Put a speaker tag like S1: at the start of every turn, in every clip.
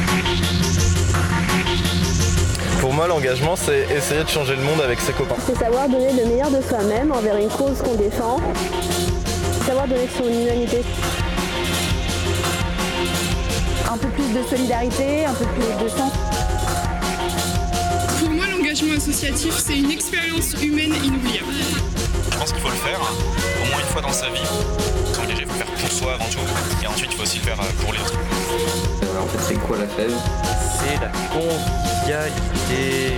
S1: Pour moi, l'engagement, c'est essayer de changer le monde avec ses copains.
S2: C'est savoir donner le meilleur de soi-même envers une cause qu'on défend. Savoir donner de son humanité.
S3: Un peu plus de solidarité, un peu plus de sens.
S4: Pour moi, l'engagement associatif, c'est une expérience humaine inoubliable.
S5: Je pense qu'il faut le faire au moins une fois dans sa vie. S'engager, il faut le faire pour soi avant tout. Et ensuite, il faut aussi le faire pour les autres.
S6: En fait, c'est quoi la fève ?
S7: C'est la convivialité.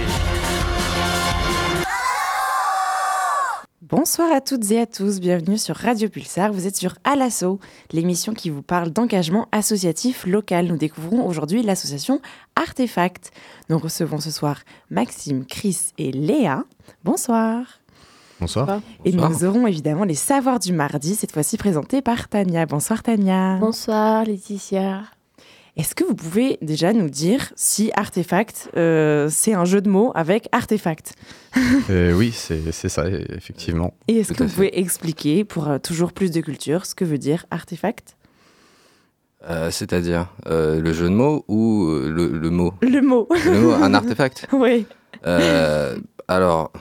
S8: Bonsoir à toutes et à tous, bienvenue sur Radio Pulsar, vous êtes sur À l'Assaut, l'émission qui vous parle d'engagement associatif local. Nous découvrons aujourd'hui l'association Artefact. Nous recevons ce soir Maxime, Chris et Léa. Bonsoir.
S9: Bonsoir.
S8: Et nous aurons évidemment les savoirs du mardi, cette fois-ci présentés par Tania. Bonsoir Tania.
S2: Bonsoir Laetitia.
S8: Est-ce que vous pouvez déjà nous dire si Artefact, c'est un jeu de mots avec artefact ?
S9: Oui, c'est ça, effectivement.
S8: Et est-ce que vous pouvez expliquer, pour toujours plus de culture, ce que veut dire artefact ?
S6: C'est-à-dire le jeu de mots ou le mot ?
S8: Le mot.
S6: Le mot, un artefact ?
S8: Oui.
S6: Alors,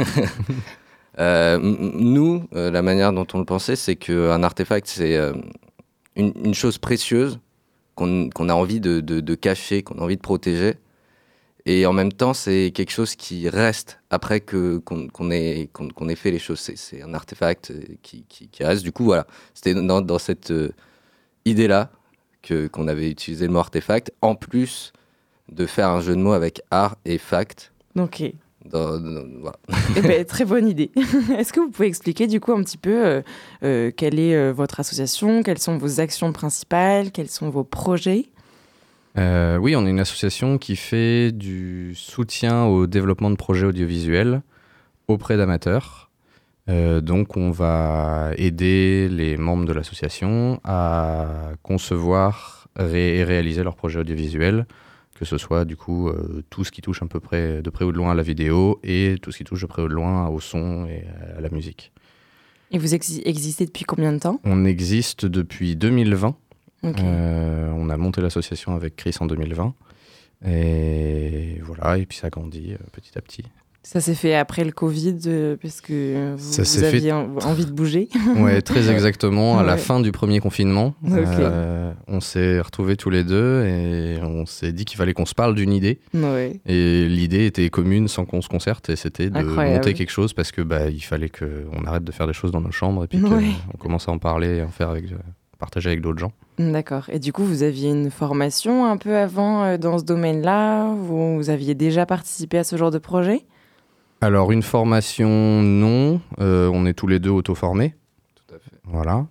S6: nous, la manière dont on le pensait, c'est qu'un artefact, c'est une chose précieuse qu'on a envie de cacher, qu'on a envie de protéger. Et en même temps, c'est quelque chose qui reste après qu'on ait fait les choses. C'est un artefact qui reste. Du coup, voilà. C'était dans cette idée-là qu'on avait utilisé le mot artefact, en plus de faire un jeu de mots avec art et fact.
S8: Ok.
S6: Voilà.
S8: Eh ben, très bonne idée. Est-ce que vous pouvez expliquer du coup un petit peu quelle est votre association, quelles sont vos actions principales, quels sont vos projets ?
S9: Oui, on est une association qui fait du soutien au développement de projets audiovisuels auprès d'amateurs. Donc on va aider les membres de l'association à concevoir et réaliser leurs projets audiovisuels, que ce soit du coup tout ce qui touche de près ou de loin à la vidéo et tout ce qui touche de près ou de loin au son et à la musique.
S8: Et vous existez depuis combien de temps ?
S9: On existe depuis 2020.
S8: Okay.
S9: On a monté l'association avec Chris en 2020. Et voilà, et puis ça grandit petit à petit.
S8: Ça s'est fait après le Covid, parce que vous aviez envie de bouger.
S9: Oui, très exactement. À la fin du premier confinement,
S8: Okay.
S9: On s'est retrouvés tous les deux et on s'est dit qu'il fallait qu'on se parle d'une idée.
S8: Ouais.
S9: Et l'idée était commune sans qu'on se concerte, et c'était de monter quelque chose parce que il fallait qu'on arrête de faire des choses dans nos chambres et puis qu'on commence à en parler et en faire partager avec d'autres gens.
S8: D'accord. Et du coup, vous aviez une formation un peu avant dans ce domaine-là ? Vous aviez déjà participé à ce genre de projet ?
S9: Alors, une formation, non. On est tous les deux auto-formés.
S6: Tout à fait.
S9: Voilà.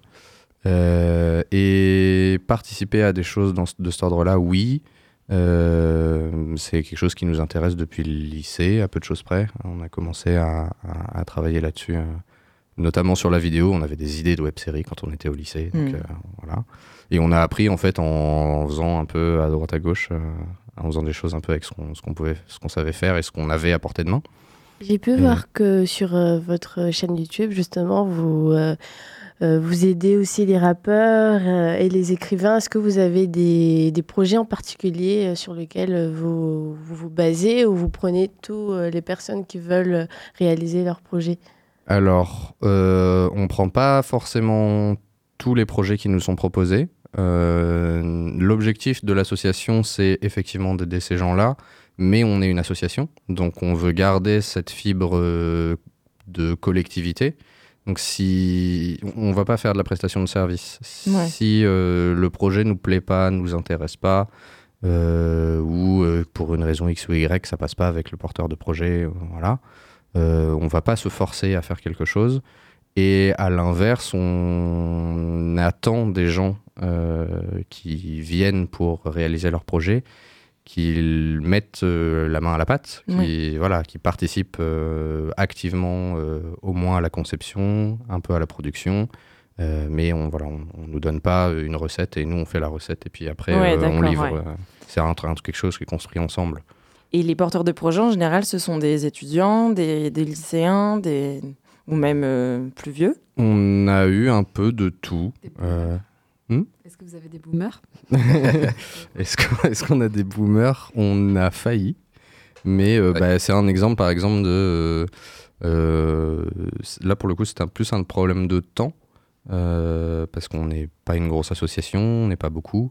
S9: Et participer à des choses de cet ordre-là, oui. C'est quelque chose qui nous intéresse depuis le lycée, à peu de choses près. On a commencé à travailler là-dessus, notamment sur la vidéo. On avait des idées de web-séries quand on était au lycée. Donc, voilà. Et on a appris, en fait, en faisant un peu à droite à gauche, en faisant des choses un peu avec ce qu'on savait faire et ce qu'on avait à portée de main.
S2: J'ai pu voir que sur votre chaîne YouTube, justement, vous aidez aussi les rappeurs et les écrivains. Est-ce que vous avez des projets en particulier sur lesquels vous basez, ou vous prenez toutes les personnes qui veulent réaliser leurs projets ?
S9: Alors, on ne prend pas forcément tous les projets qui nous sont proposés. L'objectif de l'association, c'est effectivement d'aider ces gens-là. Mais on est une association, donc on veut garder cette fibre de collectivité. Donc si on va pas faire de la prestation de service, si le projet nous plaît pas, nous intéresse pas, ou pour une raison X ou Y, ça passe pas avec le porteur de projet, voilà, on va pas se forcer à faire quelque chose. Et à l'inverse, on attend des gens qui viennent pour réaliser leur projet, qu'ils mettent la main à la pâte, qui participent activement au moins à la conception, un peu à la production, mais on nous donne pas une recette et nous on fait la recette et puis après on livre. C'est quelque chose qui est construit ensemble.
S8: Et les porteurs de projets en général, ce sont des étudiants, des lycéens, ou même plus vieux ?
S9: On a eu un peu de tout.
S8: Est-ce que
S10: vous avez des boomers?
S9: Est-ce qu'on a des boomers? On a failli. Mais c'est un exemple, par exemple, de... là, pour le coup, c'est plus un problème de temps. Parce qu'on n'est pas une grosse association, on n'est pas beaucoup.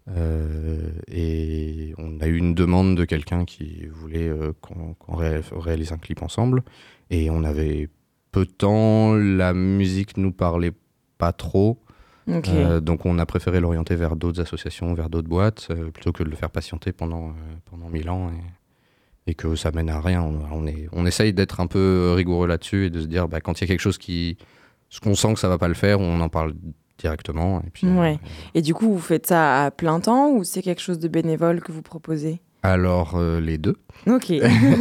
S9: Et on a eu une demande de quelqu'un qui voulait qu'on réalise un clip ensemble. Et on avait peu de temps, la musique nous parlait pas trop.
S8: Okay.
S9: Donc on a préféré l'orienter vers d'autres associations, vers d'autres boîtes, plutôt que de le faire patienter pendant 1000 ans et que ça mène à rien. On essaye d'être un peu rigoureux là-dessus et de se dire quand il y a quelque chose ce qu'on sent que ça va pas le faire, on en parle directement. Et puis,
S8: Et du coup, vous faites ça à plein temps ou c'est quelque chose de bénévole que vous proposez?
S9: Alors, les deux.
S8: Ok.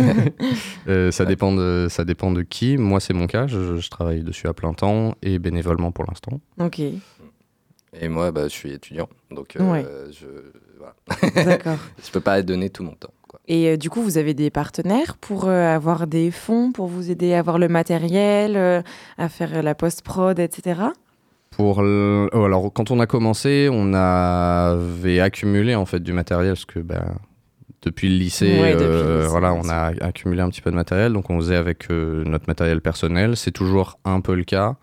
S9: Ça dépend de qui. Moi, c'est mon cas. Je travaille dessus à plein temps et bénévolement pour l'instant.
S8: Ok.
S6: Et moi, je suis étudiant. Donc,
S8: voilà. D'accord.
S6: Je peux pas donner tout mon temps. Quoi.
S8: Et du coup, vous avez des partenaires pour avoir des fonds, pour vous aider à avoir le matériel, à faire la post-prod, etc.
S9: Alors, quand on a commencé, on avait accumulé en fait du matériel parce que depuis le lycée, on a accumulé un petit peu de matériel. Donc, on faisait avec notre matériel personnel. C'est toujours un peu le cas.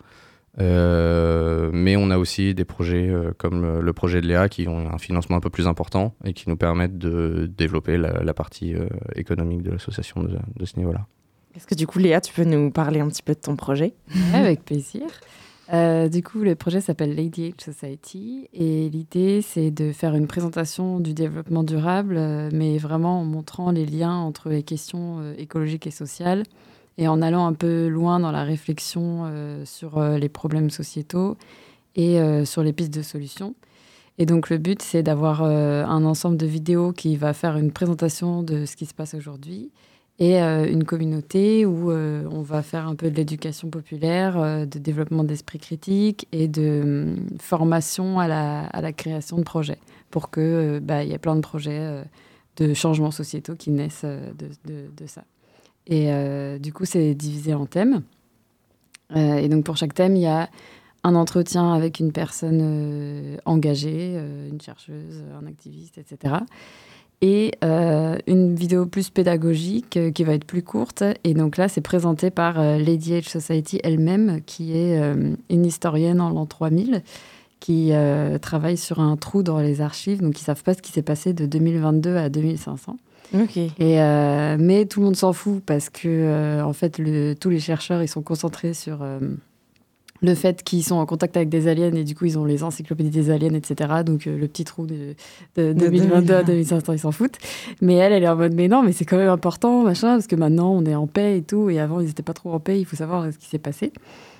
S9: Mais on a aussi des projets comme le projet de Léa qui ont un financement un peu plus important et qui nous permettent de développer la partie économique de l'association de ce niveau-là.
S8: Est-ce que du coup, Léa, tu peux nous parler un petit peu de ton projet?
S10: Avec plaisir. Du coup, le projet s'appelle Lady Age Society et l'idée, c'est de faire une présentation du développement durable, mais vraiment en montrant les liens entre les questions écologiques et sociales et en allant un peu loin dans la réflexion sur les problèmes sociétaux et sur les pistes de solutions. Et donc, le but, c'est d'avoir un ensemble de vidéos qui va faire une présentation de ce qui se passe aujourd'hui et une communauté où on va faire un peu de l'éducation populaire, de développement d'esprit critique et de formation à la création de projets pour que y ait plein de projets de changements sociétaux qui naissent de ça. Et du coup, c'est divisé en thèmes. Et donc, pour chaque thème, il y a un entretien avec une personne engagée, une chercheuse, un activiste, etc. Et une vidéo plus pédagogique qui va être plus courte. Et donc là, c'est présenté par Lady Age Society elle-même, qui est une historienne en l'an 3000, qui travaille sur un trou dans les archives. Donc, ils ne savent pas ce qui s'est passé de 2022 à 2500.
S8: Okay.
S10: Mais tout le monde s'en fout parce que, en fait, tous les chercheurs, ils sont concentrés sur le fait qu'ils sont en contact avec des aliens et du coup, ils ont les encyclopédies des aliens, etc. Donc, le petit trou de 2022 à 2500, ils s'en foutent. Mais elle est en mode, mais non, mais c'est quand même important, machin, parce que maintenant, on est en paix et tout. Et avant, ils n'étaient pas trop en paix, il faut savoir ce qui s'est passé.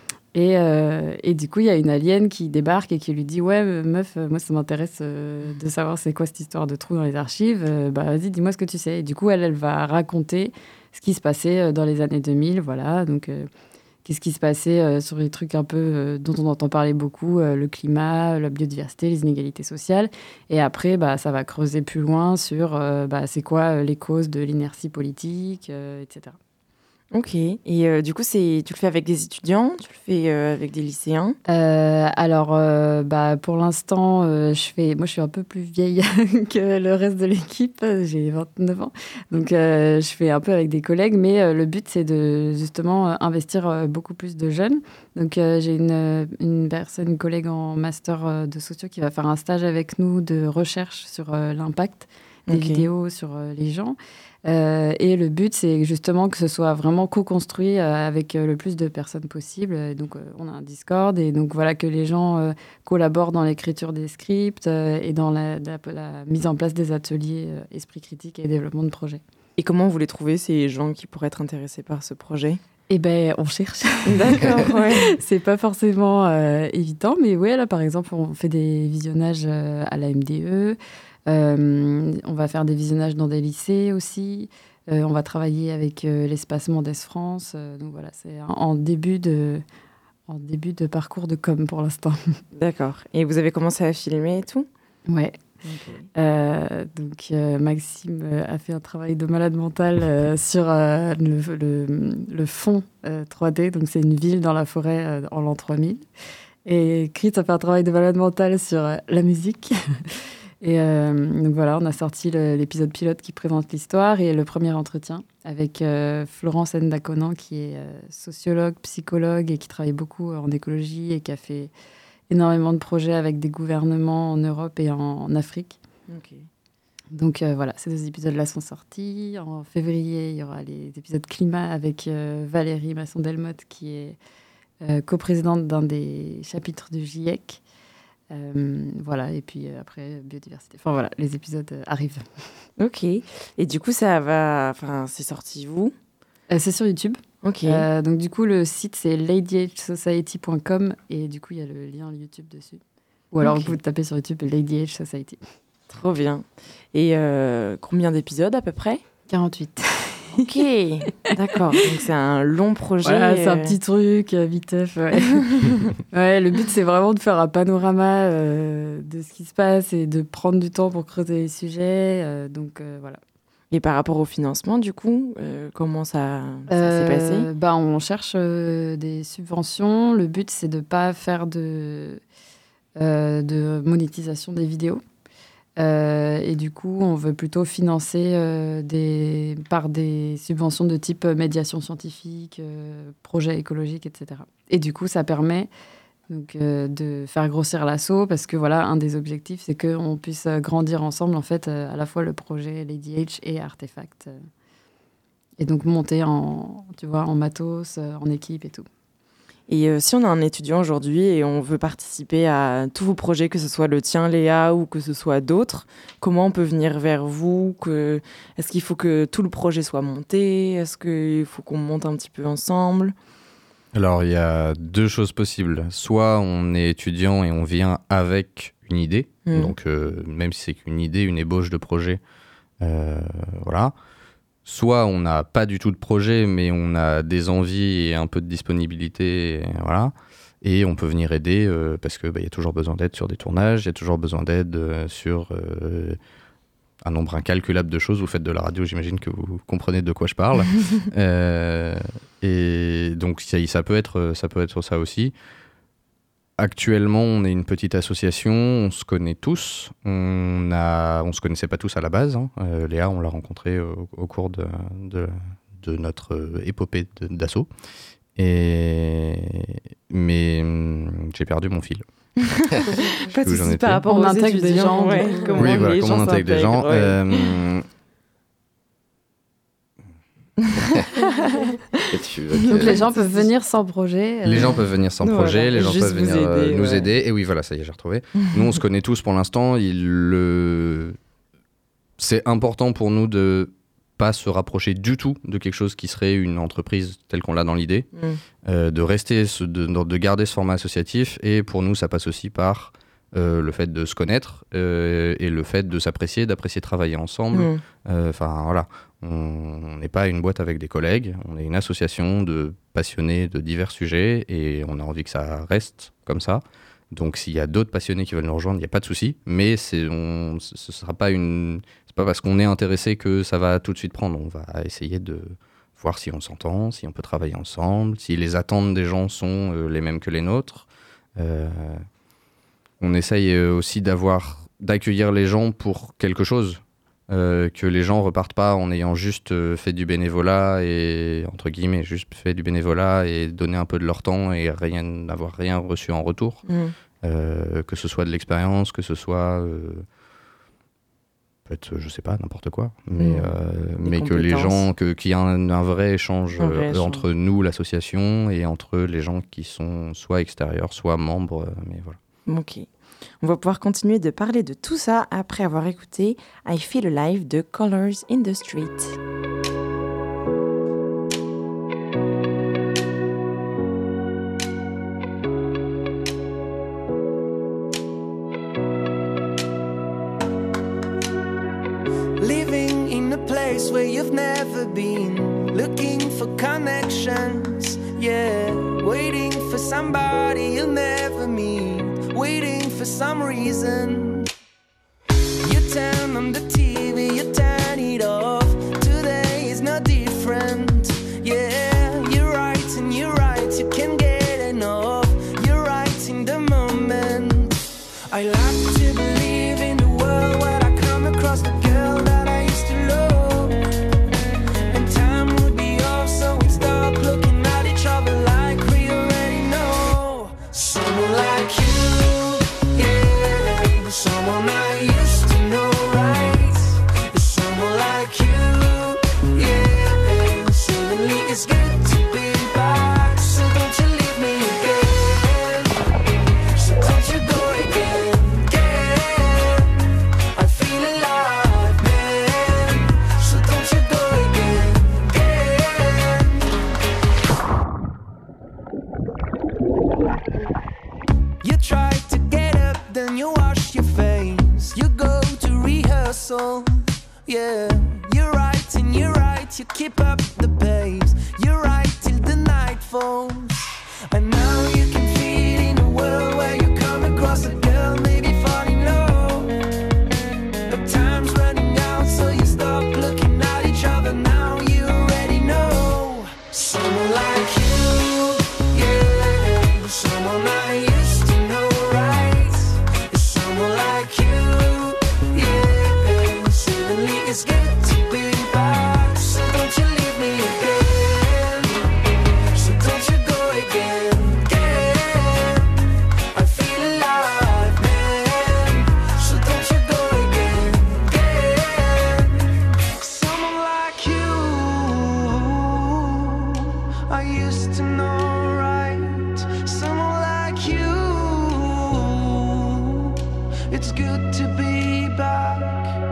S10: Et du coup, il y a une alien qui débarque et qui lui dit « Ouais, meuf, moi, ça m'intéresse de savoir c'est quoi cette histoire de trou dans les archives. Vas-y, dis-moi ce que tu sais. » Et du coup, elle va raconter ce qui se passait dans les années 2000. Voilà, donc qu'est-ce qui se passait sur les trucs un peu dont on entend parler beaucoup, le climat, la biodiversité, les inégalités sociales. Et après, ça va creuser plus loin sur c'est quoi les causes de l'inertie politique, etc.
S8: Ok. Et du coup, tu le fais avec des étudiants? Tu le fais avec des lycéens?
S10: Pour l'instant, moi, je suis un peu plus vieille que le reste de l'équipe. J'ai 29 ans. Donc, je fais un peu avec des collègues. Mais le but, c'est de, justement, investir beaucoup plus de jeunes. Donc, j'ai une collègue en master de socio qui va faire un stage avec nous de recherche sur l'impact des vidéos sur les gens. Et le but, c'est justement que ce soit vraiment co-construit avec le plus de personnes possible. Et donc, on a un Discord et donc voilà que les gens collaborent dans l'écriture des scripts et dans la mise en place des ateliers esprit critique et développement de projets.
S8: Et comment vous les trouvez, ces gens qui pourraient être intéressés par ce projet?
S10: On cherche.
S8: D'accord, ouais.
S10: C'est pas forcément évident, mais ouais, là, par exemple, on fait des visionnages à la MDE. On va faire des visionnages dans des lycées aussi. On va travailler avec l'espace Mendes France. Donc voilà, c'est en début de parcours de com pour l'instant.
S8: D'accord. Et vous avez commencé à filmer et tout?
S10: Ouais. Donc Maxime a fait un travail de malade mental sur le fond 3D. Donc c'est une ville dans la forêt en l'an 3000. Et Crit, ça fait un travail de malade mental sur la musique. Et donc voilà, on a sorti l'épisode pilote qui présente l'histoire et le premier entretien avec Florence Ndakonan, qui est sociologue, psychologue et qui travaille beaucoup en écologie et qui a fait énormément de projets avec des gouvernements en Europe et en Afrique.
S8: Okay.
S10: Donc voilà, ces 2 épisodes-là sont sortis. En février, il y aura les épisodes climat avec Valérie Masson-Delmotte, qui est coprésidente d'un des chapitres du GIEC. Voilà, et puis après, biodiversité. Enfin voilà, les épisodes arrivent.
S8: Ok. Et du coup, c'est sorti où ?
S10: C'est sur YouTube.
S8: Ok.
S10: Donc du coup, le site, c'est ladyhsociety.com et du coup, il y a le lien YouTube dessus. Ou alors, vous tapez sur YouTube Lady H Society.
S8: Trop bien. Et combien d'épisodes à peu près ?
S10: 48.
S8: Ok, d'accord. Donc c'est un long projet.
S10: Voilà, c'est un petit truc, viteuf. Ouais. Ouais, le but, c'est vraiment de faire un panorama de ce qui se passe et de prendre du temps pour creuser les sujets. Donc voilà.
S8: Et par rapport au financement, du coup, comment ça s'est passé ?
S10: On cherche des subventions. Le but, c'est de ne pas faire de monétisation des vidéos. Et du coup, on veut plutôt financer par des subventions de type médiation scientifique, projets écologiques, etc. Et du coup, ça permet donc, de faire grossir l'asso parce que voilà, un des objectifs, c'est qu'on puisse grandir ensemble, en fait, à la fois le projet Lady H et Artefact. Et donc monter en matos, en équipe et tout.
S8: Et si on a un étudiant aujourd'hui et on veut participer à tous vos projets, que ce soit le tien, Léa, ou que ce soit d'autres, comment on peut venir vers vous ? Est-ce qu'il faut que tout le projet soit monté ? Est-ce qu'il faut qu'on monte un petit peu ensemble ?
S9: Alors, il y a 2 choses possibles. Soit on est étudiant et on vient avec une idée. Donc, même si c'est qu'une idée, une ébauche de projet, voilà. Soit on n'a pas du tout de projet, mais on a des envies et un peu de disponibilité, et voilà. Et on peut venir aider parce qu'il y a toujours besoin d'aide sur des tournages, il y a toujours besoin d'aide sur un nombre incalculable de choses. Vous faites de la radio, j'imagine que vous comprenez de quoi je parle. Et donc ça peut être ça aussi. Actuellement, on est une petite association, on se connaît tous. On se connaissait pas tous à la base. Léa, on l'a rencontrée au cours de notre épopée d'assaut. Mais j'ai perdu mon fil.
S8: Pas de soucis par rapport aux
S10: intègre des gens.
S9: Comment on intègre des gens.
S10: Donc les gens peuvent venir sans projet.
S9: Les gens peuvent venir sans projet, les gens peuvent venir nous aider. Et oui, voilà, ça y est, j'ai retrouvé. Nous, on se connaît tous pour l'instant. C'est important pour nous de pas se rapprocher du tout de quelque chose qui serait une entreprise telle qu'on l'a dans l'idée, de rester, de garder ce format associatif. Et pour nous, ça passe aussi par le fait de se connaître et le fait de s'apprécier, d'apprécier travailler ensemble. Enfin, voilà. On n'est pas une boîte avec des collègues, on est une association de passionnés de divers sujets et on a envie que ça reste comme ça. Donc s'il y a d'autres passionnés qui veulent nous rejoindre, il n'y a pas de souci, mais ce sera pas c'est pas parce qu'on est intéressé que ça va tout de suite prendre. On va essayer de voir si on s'entend, si on peut travailler ensemble, si les attentes des gens sont les mêmes que les nôtres. On essaye aussi d'accueillir les gens pour quelque chose. Que les gens repartent pas en ayant juste fait du bénévolat et, entre guillemets, juste fait du bénévolat et donné un peu de leur temps et n'avoir rien reçu en retour. Que ce soit de l'expérience, que ce soit peut-être, je sais pas, n'importe quoi. Mais que les gens, qu'il y ait un vrai échange entre nous, l'association, et entre les gens qui sont soit extérieurs, soit membres. Mais voilà.
S8: Ok. On va pouvoir continuer de parler de tout ça après avoir écouté I Feel Alive de Colors in the Street.
S11: Living in a place where you've never been, looking for connections, yeah, waiting for somebody you'll never meet. Waiting for some reason. You turn on the TV, you turn it off. Today is no different. Yeah, you're right, you can't get enough. You're right in the delightful. Yeah, you're right and you're right, you keep up the pace. You're right till the night falls. And now you can feel in a world where you come across a girl, maybe falling low. But time's running out, so you stop looking at each other. Now you already know someone like you, yeah, someone I used to know, right? Someone like you, yeah, suddenly it's good to be back. So don't you leave me again, so don't you go again, again. I feel alive, man, so don't you go again, again. Someone like you, I used to know, right? Someone like you, it's good to be back.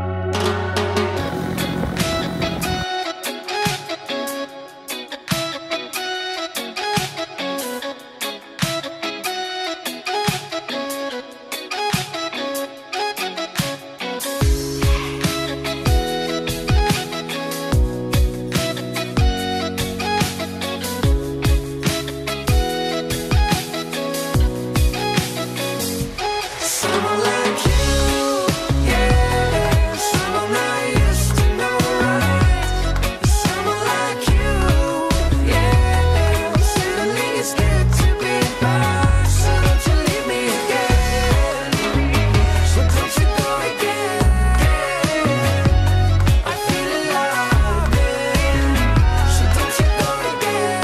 S11: Someone like you, yeah, someone I used to know, right? Someone like you, yeah, suddenly it's good to be back. So don't you leave me again, so don't you go again, again. I feel alive, man, so don't you go again,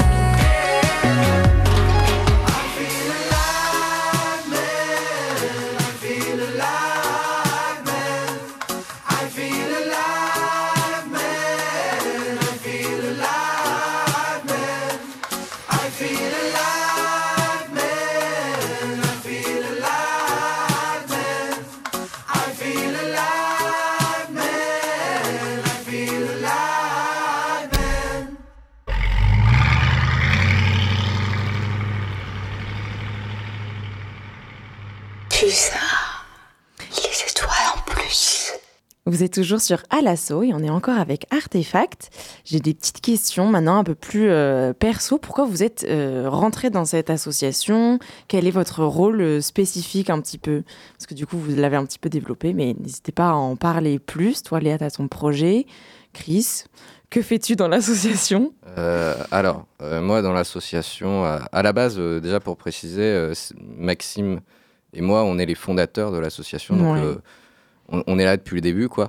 S11: again. I feel alive, man. I feel alive, man. I feel alive, man. I feel alive, man. I feel alive, man. I feel alive, man. I feel alive, man. I feel alive, man.
S12: Les étoiles en plus.
S8: Vous êtes toujours sur À l'assaut et on est encore avec Artefact. J'ai des petites questions maintenant un peu plus perso. Pourquoi vous êtes rentré dans cette association? Quel est votre rôle spécifique un petit peu? Parce que du coup, vous l'avez un petit peu développé, mais n'hésitez pas à en parler plus. Toi, Léa, tu as ton projet. Chris, que fais-tu dans l'association?
S6: Moi, dans l'association, à la base, déjà pour préciser, Maxime et moi, on est les fondateurs de l'association. Donc,
S8: Ouais.
S6: on est là depuis le début, quoi.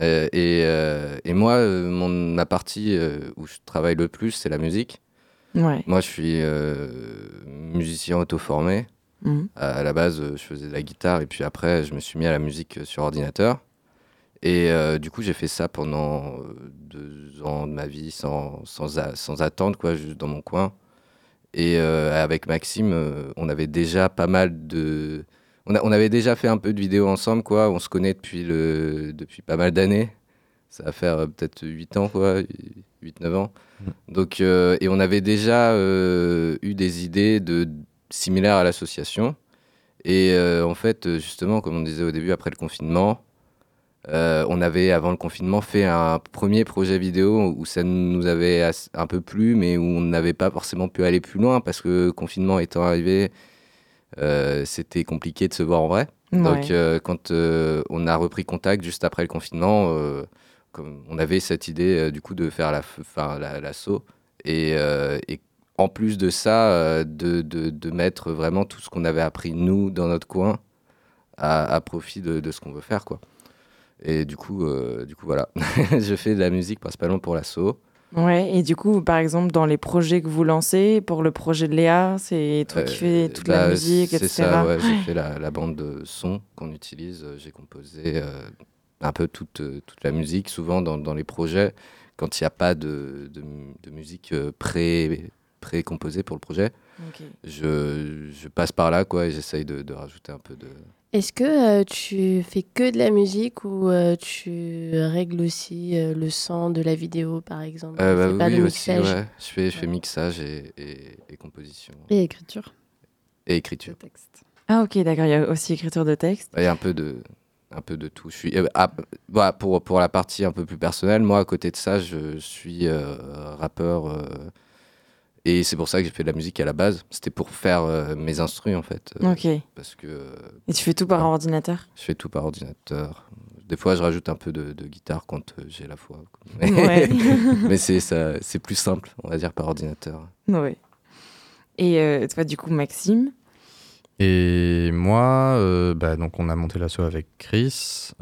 S6: Et moi, ma partie où je travaille le plus, c'est la musique.
S8: Ouais.
S6: Moi, je suis musicien auto-formé.
S8: Mhm.
S6: À la base, je faisais de la guitare et puis après, je me suis mis à la musique sur ordinateur. Et du coup, j'ai fait ça pendant 2 ans de ma vie sans attendre, quoi, juste dans mon coin. Et avec Maxime, on avait déjà pas mal de... On avait déjà fait un peu de vidéos ensemble, quoi. On se connaît depuis pas mal d'années. Ça va faire peut-être 8 ans, quoi, 8-9 ans. Donc, et on avait déjà eu des idées similaires à l'association. Et en fait, justement, comme on disait au début, après le confinement, on avait, avant le confinement, fait un premier projet vidéo où ça nous avait un peu plu, mais où on n'avait pas forcément pu aller plus loin parce que le confinement étant arrivé, c'était compliqué de se voir en vrai.
S8: Ouais.
S6: Donc, quand on a repris contact juste après le confinement, comme on avait cette idée du coup de faire l'assaut et en plus de ça, de mettre vraiment tout ce qu'on avait appris nous dans notre coin à profit de ce qu'on veut faire, quoi. Et du coup voilà, je fais de la musique principalement pour l'assaut.
S8: Ouais, et du coup, par exemple, dans les projets que vous lancez, pour le projet de Léa, c'est toi qui fais toute la musique, etc.
S6: C'est ça, ouais, j'ai fait la bande de son qu'on utilise. J'ai composé un peu toute la musique, souvent dans les projets, quand il n'y a pas de musique pré-composée pour le projet.
S8: Ok.
S6: Je passe par là, quoi, et j'essaye de rajouter un peu de...
S2: Est-ce que tu fais que de la musique ou tu règles aussi le son de la vidéo, par exemple? C'est pas
S6: oui,
S2: le
S6: aussi,
S2: mixage.
S6: ouais. Je fais mixage et composition.
S10: Et écriture.
S6: Et écriture.
S10: De texte.
S8: Ah ok, d'accord, il y a aussi écriture de texte.
S6: Il y a un peu de un peu de tout. Je suis, pour la partie un peu plus personnelle, moi, à côté de ça, je suis rappeur. Et c'est pour ça que j'ai fait de la musique à la base. C'était pour faire mes instrus, en fait.
S8: Ok.
S6: Parce que,
S8: et tu fais tout par ordinateur ?
S6: Je fais tout par ordinateur. Des fois, je rajoute un peu de guitare quand j'ai la foi. Mais c'est plus simple, on va dire, par ordinateur.
S8: Ouais. Et toi, du coup, Maxime ?
S9: Et moi, donc on a monté l'asso avec Chris.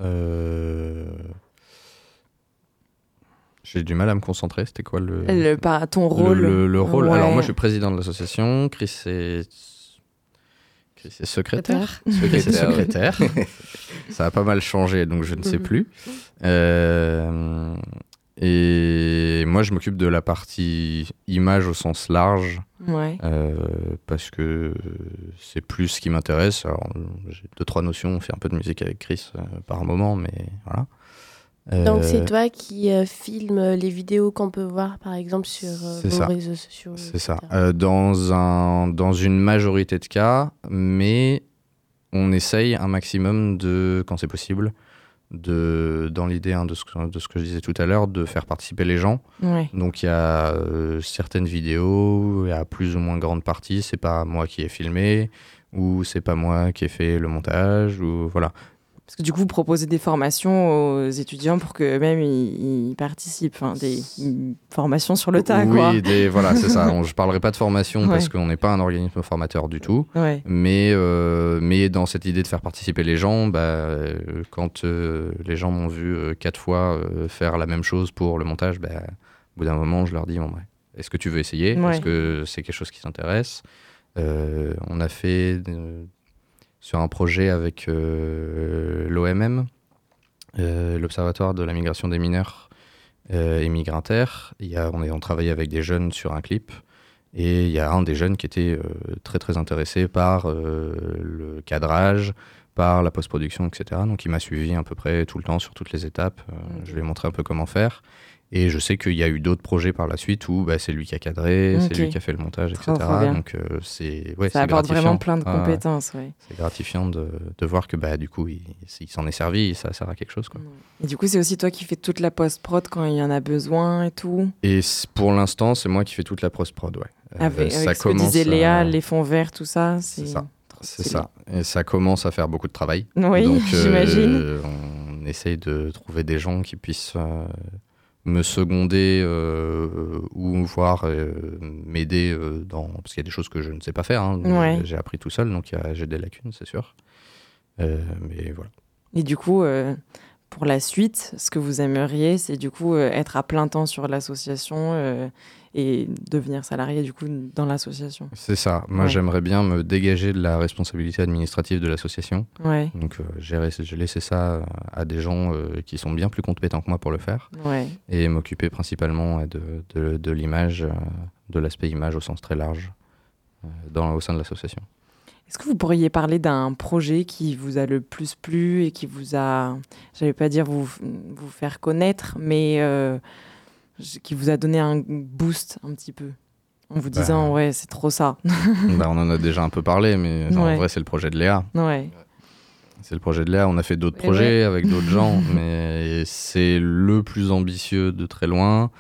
S9: J'ai du mal à me concentrer. C'était quoi
S8: ton rôle
S9: le rôle.
S8: Ouais.
S9: Alors moi, je suis président de l'association. Chris est secrétaire. Secrétaire. Ça a pas mal changé, donc je ne sais plus. Et moi, je m'occupe de la partie image au sens large.
S8: Ouais.
S9: Parce que c'est plus ce qui m'intéresse. Alors, j'ai 2-3 notions. On fait un peu de musique avec Chris par moment, mais voilà.
S2: Donc c'est toi qui filme les vidéos qu'on peut voir par exemple sur vos réseaux sociaux.
S9: C'est ça. Dans une majorité de cas, mais on essaye un maximum quand c'est possible, dans l'idée de ce que je disais tout à l'heure, de faire participer les gens.
S8: Ouais.
S9: Donc il y a certaines vidéos, il y a plus ou moins grande partie, c'est pas moi qui ai filmé, ou c'est pas moi qui ai fait le montage, ou voilà.
S8: Parce que du coup, vous proposez des formations aux étudiants pour qu'eux-mêmes ils participent, des formations sur le tas, quoi.
S9: Oui, voilà, c'est ça. Je ne parlerai pas de formation parce qu'on n'est pas un organisme formateur du tout.
S8: Ouais.
S9: Mais dans cette idée de faire participer les gens, quand les gens m'ont vu 4 fois faire la même chose pour le montage, au bout d'un moment, je leur dis est-ce que tu veux essayer ? Est-ce que c'est quelque chose qui t'intéresse ? On a fait... sur un projet avec l'OMM, l'Observatoire de la migration des mineurs et migrantaires. On travaillait avec des jeunes sur un clip, et il y a un des jeunes qui était très très intéressé par le cadrage, par la post-production, etc. Donc il m'a suivi à peu près tout le temps sur toutes les étapes. Je lui ai montré un peu comment faire. Et je sais qu'il y a eu d'autres projets par la suite où c'est lui qui a cadré, c'est lui qui a fait le montage, etc. Donc
S8: ça apporte vraiment plein de compétences. Ouais.
S9: C'est gratifiant de voir que du coup, il s'en est servi et ça sert à quelque chose, quoi.
S8: Et du coup, c'est aussi toi qui fais toute la post-prod quand il y en a besoin et tout ?
S9: Et pour l'instant, c'est moi qui fais toute la post-prod, ouais.
S8: Avec ce que disait Léa, les fonds verts, tout ça.
S9: C'est ça. C'est ça. Et ça commence à faire beaucoup de travail.
S8: Oui, donc, j'imagine.
S9: On essaye de trouver des gens qui puissent... me seconder ou voire m'aider parce qu'il y a des choses que je ne sais pas faire. J'ai appris tout seul, donc j'ai des lacunes, c'est sûr. Mais voilà.
S8: Et du coup, pour la suite, ce que vous aimeriez, c'est du coup être à plein temps sur l'association et devenir salarié du coup dans l'association.
S9: C'est ça. Moi, j'aimerais bien me dégager de la responsabilité administrative de l'association.
S8: Ouais.
S9: Donc, j'ai laissé ça à des gens qui sont bien plus compétents que moi pour le faire.
S8: Ouais.
S9: Et m'occuper principalement de l'image, de l'aspect image au sens très large au sein de l'association.
S8: Est-ce que vous pourriez parler d'un projet qui vous a le plus plu et qui vous a, j'allais pas dire vous faire connaître, mais qui vous a donné un boost un petit peu en vous disant c'est trop ça.
S9: On en a déjà un peu parlé, mais en vrai c'est le projet de Léa.
S8: Ouais.
S9: C'est le projet de Léa. On a fait d'autres projets avec d'autres gens, mais c'est le plus ambitieux de très loin.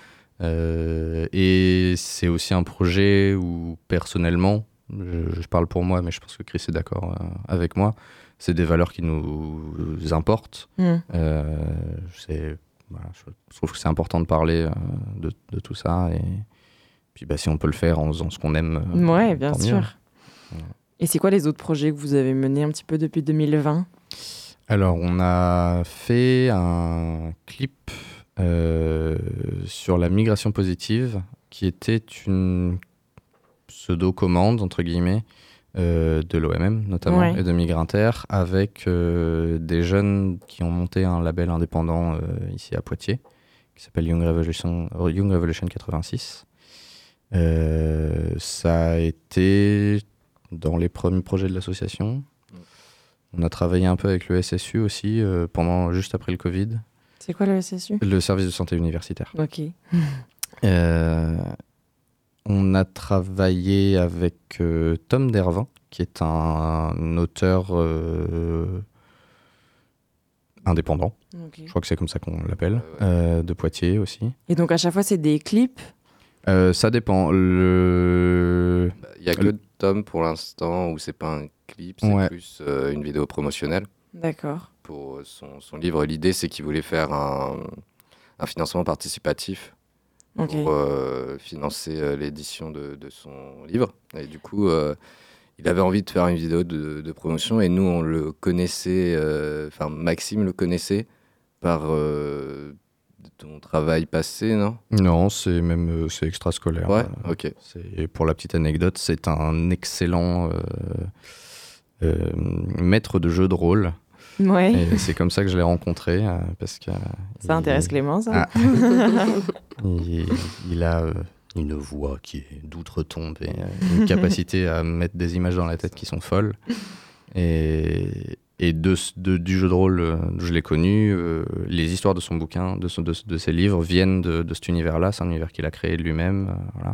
S9: Et c'est aussi un projet où personnellement, je parle pour moi, mais je pense que Chris est d'accord avec moi, c'est des valeurs qui nous importent. Je trouve que c'est important de parler de tout ça, et puis si on peut le faire en faisant ce qu'on aime,
S8: bien sûr. Et c'est quoi les autres projets que vous avez menés un petit peu depuis 2020 ?
S9: Alors on a fait un clip sur la migration positive qui était une pseudo-commande entre guillemets de l'OMM notamment et de Migrinter, avec des jeunes qui ont monté un label indépendant ici à Poitiers qui s'appelle Young Revolution 86. Ça a été dans les premiers projets de l'association. On a travaillé un peu avec le SSU aussi juste après le Covid.
S8: C'est quoi le SSU ?
S9: Le service de santé universitaire.
S8: Ok.
S9: On a travaillé avec Tom Dervin, qui est un auteur indépendant.
S8: Okay.
S9: Je crois que c'est comme ça qu'on l'appelle. De Poitiers aussi.
S8: Et donc à chaque fois, c'est des clips?
S9: Ça dépend.
S6: Il y a que Tom pour l'instant où c'est pas un clip, c'est plus une vidéo promotionnelle.
S8: D'accord.
S6: Pour son livre, l'idée c'est qu'il voulait faire un financement participatif pour financer l'édition de son livre. Et du coup, il avait envie de faire une vidéo de promotion et nous on le connaissait, Maxime le connaissait par ton travail passé, non?
S9: Non, c'est extrascolaire.
S6: Ouais, ok.
S9: Pour la petite anecdote, c'est un excellent maître de jeu de rôle.
S8: Ouais.
S9: Et c'est comme ça que je l'ai rencontré. Parce que,
S8: ça intéresse Clément, ça.
S9: Il a une voix qui est d'outre-tombe et une capacité à mettre des images dans la tête qui sont folles. Et du jeu de rôle, je l'ai connu. Les histoires de son bouquin, de ses livres, viennent de cet univers-là. C'est un univers qu'il a créé de lui-même. Voilà.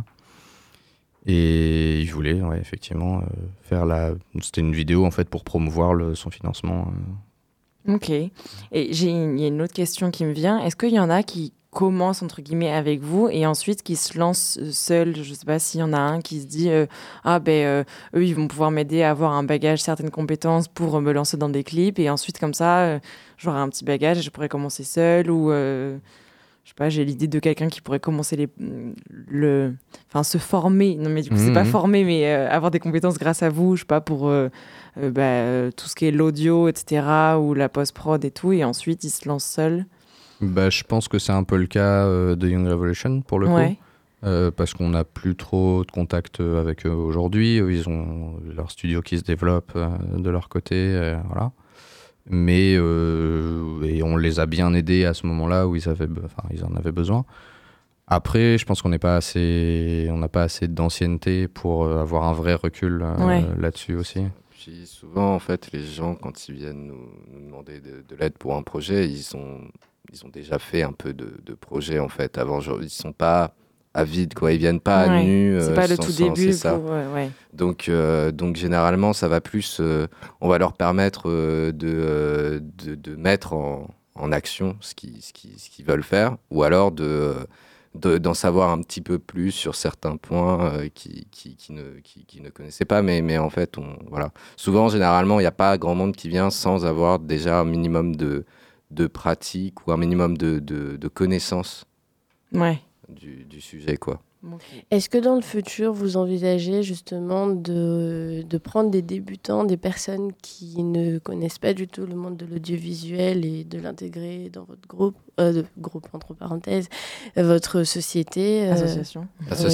S9: Et il voulait, effectivement, faire C'était une vidéo, en fait, pour promouvoir son financement.
S8: Ok. Et il y a une autre question qui me vient. Est-ce qu'il y en a qui commencent, entre guillemets, avec vous et ensuite qui se lancent seuls? Je ne sais pas s'il y en a un qui se dit eux, ils vont pouvoir m'aider à avoir un bagage, certaines compétences pour me lancer dans des clips. Et ensuite, comme ça, j'aurai un petit bagage et je pourrais commencer seul. Ou, je sais pas, j'ai l'idée de quelqu'un qui pourrait commencer se former. Non, mais du coup, c'est pas former, mais avoir des compétences grâce à vous, je sais pas, pour tout ce qui est l'audio, etc., ou la post-prod et tout. Et ensuite, ils se lancent seuls.
S9: Je pense que c'est un peu le cas de Young Revolution, pour le coup. Parce qu'on n'a plus trop de contact avec eux aujourd'hui. Ils ont leur studio qui se développe de leur côté. Voilà. Mais et on les a bien aidés à ce moment-là où ils en avaient besoin. Après, je pense qu'on n'a pas assez d'ancienneté pour avoir un vrai recul là-dessus aussi.
S6: Puis souvent, en fait, les gens, quand ils viennent nous demander de l'aide pour un projet, ils ont déjà fait un peu de projet, en fait, avant. Genre, ils sont pas avides, quoi. Ils viennent pas à nu.
S8: C'est pas le tout début.
S6: Donc, généralement, ça va plus... on va leur permettre de mettre en action ce qu'ils veulent faire, ou alors d'en savoir un petit peu plus sur certains points qu'ils ne connaissaient pas. Mais en fait, voilà. Souvent, généralement, il n'y a pas grand monde qui vient sans avoir déjà un minimum de pratique ou un minimum de connaissances du sujet, quoi.
S2: Okay. Est-ce que dans le futur, vous envisagez justement de prendre des débutants, des personnes qui ne connaissent pas du tout le monde de l'audiovisuel et de l'intégrer dans votre groupe entre parenthèses, votre société
S8: Association.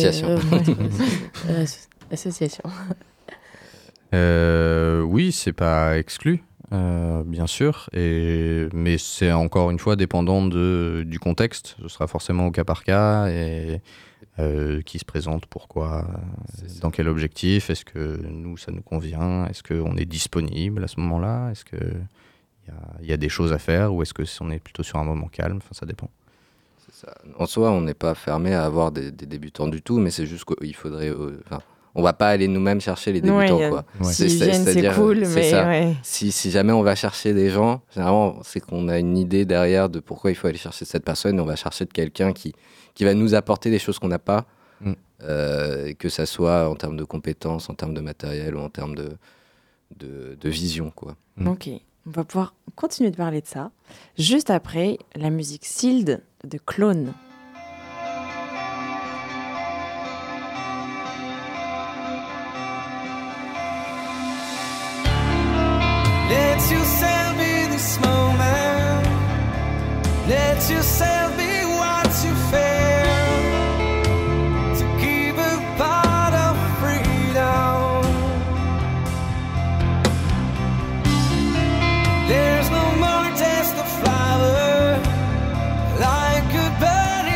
S2: Association.
S9: Oui, c'est pas exclu. Bien sûr, mais c'est encore une fois dépendant du contexte. Ce sera forcément au cas par cas et qui se présente, pourquoi, dans quel objectif, est-ce que nous ça nous convient, est-ce qu'on est disponible à ce moment-là, est-ce qu'il y a des choses à faire ou est-ce qu'on est plutôt sur un moment calme, ça dépend.
S6: C'est ça. En soi, on n'est pas fermé à avoir des débutants du tout, mais c'est juste qu'il faudrait... on va pas aller nous-mêmes chercher les débutants, quoi.
S8: S'ils viennent, c'est cool, mais
S6: ça. Si jamais on va chercher des gens, généralement, c'est qu'on a une idée derrière de pourquoi il faut aller chercher cette personne, et on va chercher de quelqu'un qui va nous apporter des choses qu'on n'a pas, que ça soit en termes de compétences, en termes de matériel ou en termes de vision, quoi.
S8: Ok, on va pouvoir continuer de parler de ça. Juste après, la musique Sealed de Clone.
S11: Let yourself be this moment. Let yourself be what you feel. To keep a part of freedom. There's no more test of flower. Like a bird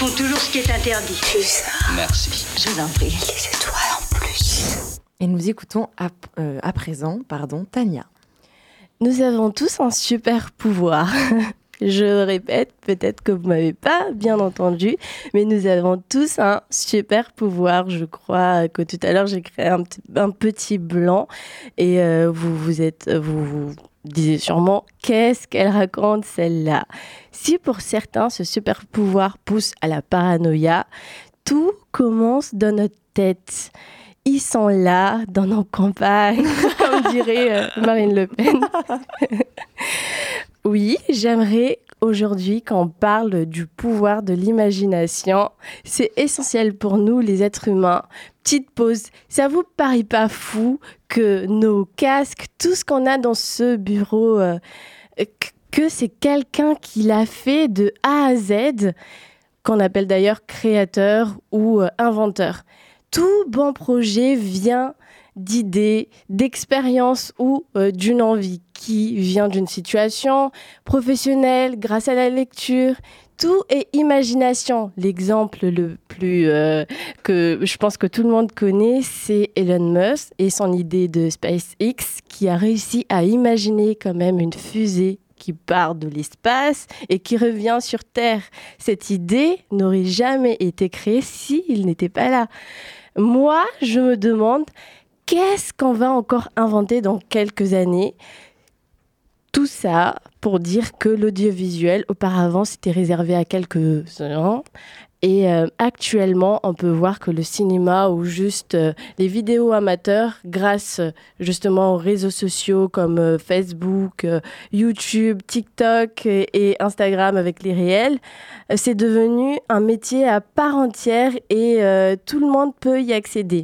S12: font toujours ce qui est interdit.
S13: Merci.
S12: Je vous en prie. Les étoiles en plus.
S8: Et nous écoutons à présent, Tania.
S2: Nous avons tous un super pouvoir. Je répète, peut-être que vous ne m'avez pas bien entendu, mais nous avons tous un super pouvoir. Je crois que tout à l'heure, j'ai créé un petit blanc et vous disiez sûrement, qu'est-ce qu'elle raconte celle-là? Si pour certains, ce super pouvoir pousse à la paranoïa, tout commence dans notre tête. Ils sont là, dans nos campagnes, comme dirait Marine Le Pen. Oui, j'aimerais aujourd'hui qu'on parle du pouvoir de l'imagination. C'est essentiel pour nous, les êtres humains. Petite pause. Ça vous paraît pas fou que nos casques, tout ce qu'on a dans ce bureau, que c'est quelqu'un qui l'a fait de A à Z, qu'on appelle d'ailleurs créateur ou inventeur. Tout bon projet vient d'idées, d'expériences ou d'une envie qui vient d'une situation professionnelle grâce à la lecture. Tout est imagination. L'exemple le plus que je pense que tout le monde connaît, c'est Elon Musk et son idée de SpaceX qui a réussi à imaginer quand même une fusée qui part de l'espace et qui revient sur Terre. Cette idée n'aurait jamais été créée s'il n'était pas là. Moi, je me demande, qu'est-ce qu'on va encore inventer dans quelques années? Tout ça pour dire que l'audiovisuel, auparavant, c'était réservé à quelques-uns. Et actuellement, on peut voir que le cinéma ou juste les vidéos amateurs, grâce justement aux réseaux sociaux comme Facebook, YouTube, TikTok et Instagram avec les réels, c'est devenu un métier à part entière et tout le monde peut y accéder.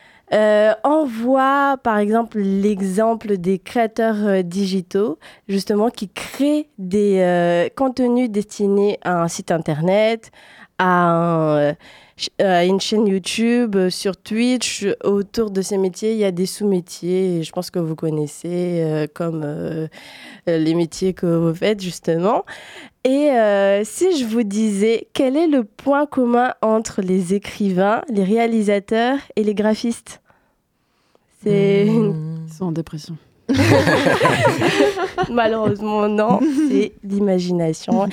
S2: On voit par exemple l'exemple des créateurs digitaux, justement, qui créent des contenus destinés à un site internet, à une chaîne YouTube, sur Twitch. Autour de ces métiers, il y a des sous-métiers, et je pense que vous connaissez, comme les métiers que vous faites, justement. Et si je vous disais, quel est le point commun entre les écrivains, les réalisateurs et les graphistes?
S10: Ils sont en dépression.
S2: Malheureusement, non, c'est l'imagination.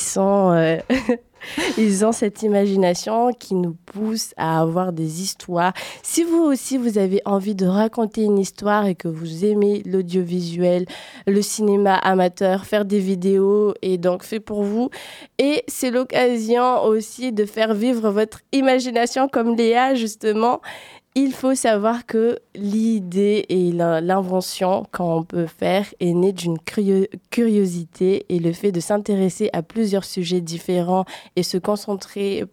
S2: Ils ont cette imagination qui nous pousse à avoir des histoires. Si vous aussi, vous avez envie de raconter une histoire et que vous aimez l'audiovisuel, le cinéma amateur, faire des vidéos est donc fait pour vous. Et c'est l'occasion aussi de faire vivre votre imagination comme Léa, justement. Il faut savoir que l'idée et l'invention qu'on peut faire est née d'une curiosité et le fait de s'intéresser à plusieurs sujets différents et se concentrer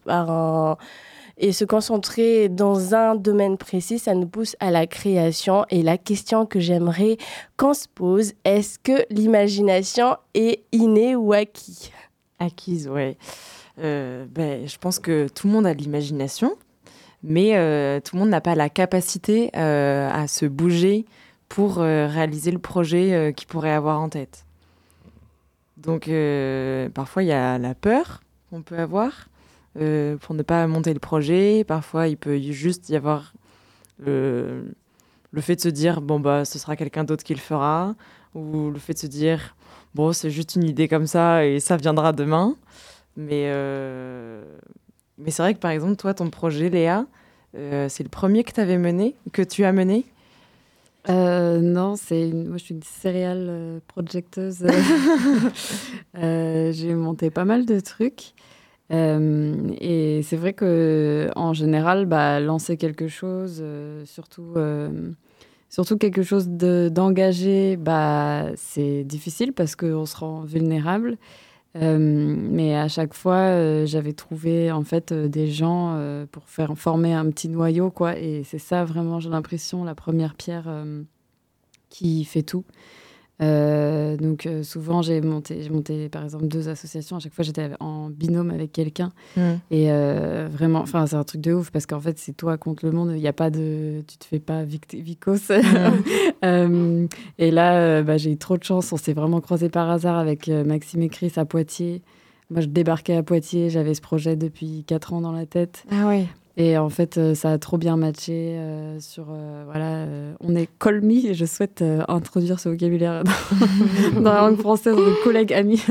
S2: dans un domaine précis, ça nous pousse à la création. Et la question que j'aimerais qu'on se pose, est-ce que l'imagination est innée ou acquise?
S8: Acquise, ouais. Je pense que tout le monde a de l'imagination. Mais tout le monde n'a pas la capacité à se bouger pour réaliser le projet qu'il pourrait avoir en tête. Donc, parfois, il y a la peur qu'on peut avoir pour ne pas monter le projet. Parfois, il peut juste y avoir le fait de se dire, ce sera quelqu'un d'autre qui le fera. Ou le fait de se dire, c'est juste une idée comme ça et ça viendra demain. Mais c'est vrai que, par exemple, toi, ton projet, Léa, c'est le premier que tu as mené?
S10: Non, moi, je suis une serial projecteuse. J'ai monté pas mal de trucs. Et c'est vrai qu'en général, lancer quelque chose, surtout quelque chose d'engagé, c'est difficile parce qu'on se rend vulnérable. Mais à chaque fois, j'avais trouvé en fait des gens pour faire former un petit noyau, quoi. Et c'est ça vraiment, j'ai l'impression, la première pierre qui fait tout. Donc souvent, j'ai monté par exemple 2 associations. À chaque fois, j'étais en binôme avec quelqu'un. Et vraiment, c'est un truc de ouf parce qu'en fait, c'est toi contre le monde. Il y a pas tu te fais pas vicos. Et là, j'ai eu trop de chance. On s'est vraiment croisés par hasard avec Maxime et Chris à Poitiers. moi, je débarquais à Poitiers, j'avais ce projet depuis 4 ans dans la tête.
S8: Ah ouais.
S10: Et en fait, ça a trop bien matché on est call me, et je souhaite introduire ce vocabulaire dans la langue française de collègues amis.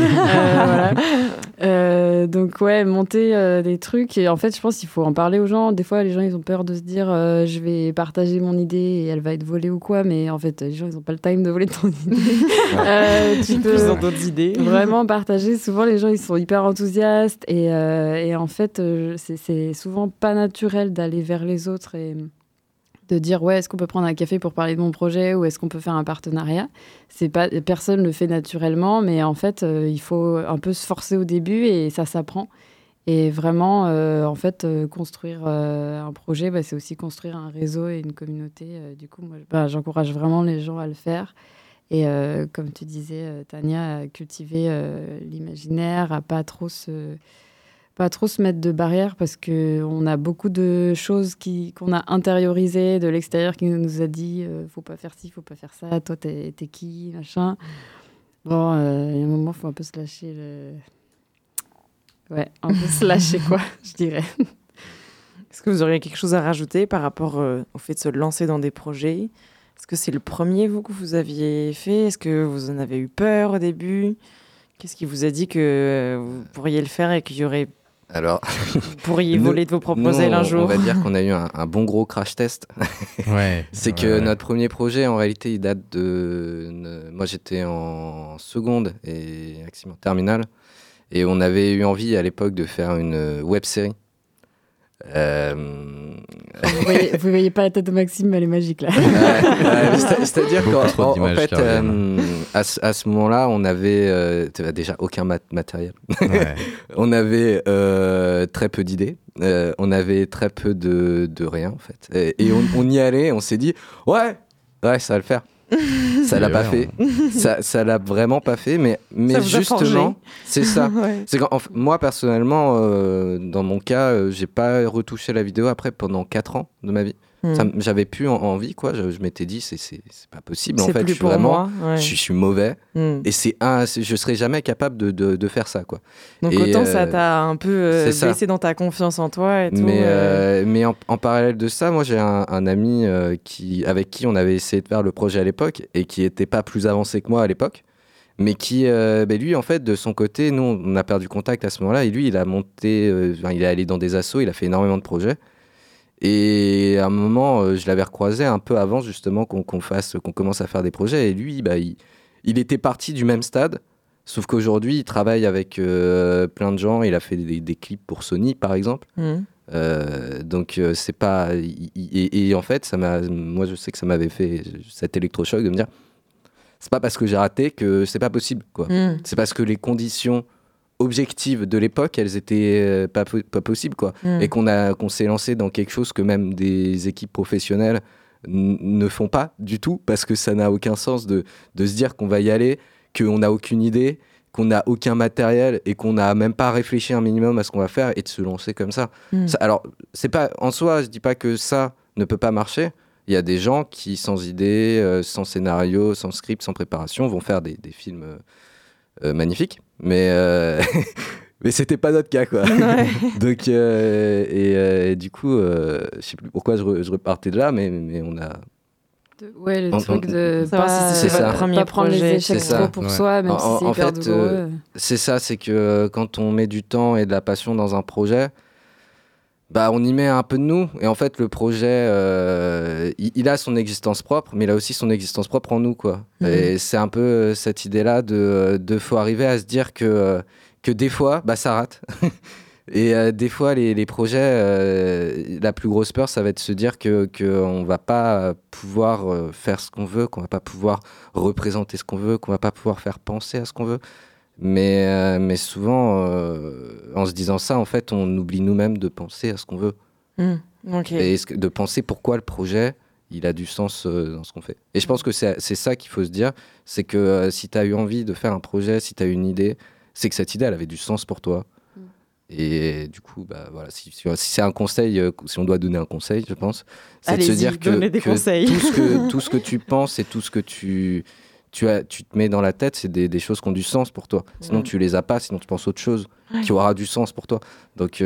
S10: Donc ouais, monter des trucs. Et en fait, je pense qu'il faut en parler aux gens. Des fois, les gens, ils ont peur de se dire je vais partager mon idée et elle va être volée ou quoi. Mais en fait, les gens, ils n'ont pas le time de voler ton idée. Tu peux
S8: d'autres idées.
S10: Vraiment partager. Souvent, les gens, ils sont hyper enthousiastes. Et en fait, c'est souvent pas naturel d'aller vers les autres et de dire est-ce qu'on peut prendre un café pour parler de mon projet ou est-ce qu'on peut faire un partenariat. Personne le fait naturellement, mais en fait il faut un peu se forcer au début et ça s'apprend. Et vraiment construire un projet, c'est aussi construire un réseau et une communauté. Du coup, moi, j'encourage vraiment les gens à le faire. Et comme tu disais, Tania, à cultiver l'imaginaire, à pas trop se mettre de barrières parce qu'on a beaucoup de choses qu'on a intériorisées de l'extérieur qui nous a dit faut pas faire ci, faut pas faire ça, toi t'es qui, machin. Bon, il y a un moment, faut un peu se lâcher un peu se lâcher quoi, je dirais.
S8: Est-ce que vous auriez quelque chose à rajouter par rapport au fait de se lancer dans des projets ? Est-ce que c'est le premier, que vous aviez fait ? Est-ce que vous en avez eu peur au début ? Qu'est-ce qui vous a dit que vous pourriez le faire et qu'il y aurait...
S6: Alors,
S8: vous pourriez voler de vos propres ailes un jour.
S6: On va dire qu'on a eu un bon gros crash test. C'est que notre premier projet, en réalité, il date de... Moi, j'étais en seconde et Maxime en terminale. Et on avait eu envie, à l'époque, de faire une web-série.
S10: Vous voyez pas la tête de Maxime, mais elle est magique, là.
S6: C'est-à-dire qu'en fait, à ce moment-là, on avait déjà aucun matériel. On avait très peu d'idées. On avait très peu de rien, en fait. Et on y allait, on s'est dit, ouais, ça va le faire. Ça l'a pas fait. Ça l'a vraiment pas fait, mais justement, c'est ça. C'est moi, personnellement, dans mon cas, j'ai pas retouché la vidéo après pendant 4 ans de ma vie. J'avais plus envie, quoi. Je m'étais dit, c'est pas possible. En fait, je suis mauvais et je serais jamais capable de faire ça, quoi.
S8: Donc autant ça t'a un peu baissé dans ta confiance en toi et tout.
S6: Mais en parallèle de ça, moi j'ai un ami avec qui on avait essayé de faire le projet à l'époque et qui était pas plus avancé que moi à l'époque, mais qui lui en fait de son côté, nous on a perdu contact à ce moment-là et lui il a monté, il est allé dans des assos, il a fait énormément de projets. Et à un moment, je l'avais recroisé un peu avant justement qu'on commence à faire des projets. Et lui, il était parti du même stade, sauf qu'aujourd'hui, il travaille avec plein de gens. Il a fait des clips pour Sony, par exemple. Donc, c'est pas... Et en fait, moi, je sais que ça m'avait fait cet électrochoc de me dire, c'est pas parce que j'ai raté que c'est pas possible, quoi. C'est parce que les conditions objectives de l'époque, elles étaient pas possibles, quoi. Et qu'on s'est lancé dans quelque chose que même des équipes professionnelles ne font pas du tout, parce que ça n'a aucun sens de se dire qu'on va y aller, qu'on n'a aucune idée, qu'on n'a aucun matériel et qu'on n'a même pas réfléchi un minimum à ce qu'on va faire et de se lancer comme ça. Alors, c'est pas, en soi, je dis pas que ça ne peut pas marcher. Il y a des gens qui, sans idée, sans scénario, sans script, sans préparation, vont faire des films magnifiques. Mais c'était pas notre cas, quoi. Donc et du coup je sais plus pourquoi je repartais de là, mais on a
S10: le truc de pas prendre les échecs trop pour soi, même si c'est hyper douloureux.
S6: C'est ça, c'est que quand on met du temps et de la passion dans un projet, on y met un peu de nous. Et en fait, le projet, il a son existence propre, mais il a aussi son existence propre en nous, quoi. Et c'est un peu cette idée-là de faut arriver à se dire que des fois, ça rate. Et des fois, les projets, la plus grosse peur, ça va être de se dire qu'on va pas pouvoir faire ce qu'on veut, qu'on va pas pouvoir représenter ce qu'on veut, qu'on va pas pouvoir faire penser à ce qu'on veut. Mais souvent, en se disant ça, en fait, on oublie nous-mêmes de penser à ce qu'on veut. Et de penser pourquoi le projet, il a du sens dans ce qu'on fait. Et je pense que c'est ça qu'il faut se dire, c'est que si tu as eu envie de faire un projet, si tu as une idée, c'est que cette idée, elle avait du sens pour toi. Et du coup, voilà, si c'est un conseil, si on doit donner un conseil, je pense, c'est de se dire que tout ce que tu penses et tout ce que tu tu te mets dans la tête, c'est des choses qui ont du sens pour toi. Sinon, tu les as pas, sinon tu penses autre chose qui aura du sens pour toi. Donc,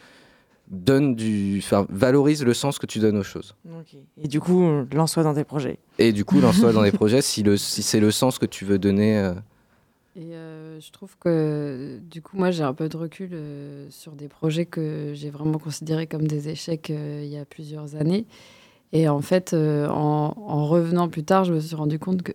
S6: valorise le sens que tu donnes aux choses.
S8: Okay. Et du coup, lance-toi dans tes projets.
S6: Et du coup, lance-toi dans des projets si c'est le sens que tu veux donner.
S10: Et je trouve que du coup, moi, j'ai un peu de recul sur des projets que j'ai vraiment considérés comme des échecs il y a plusieurs années. Et en fait, en revenant plus tard, je me suis rendu compte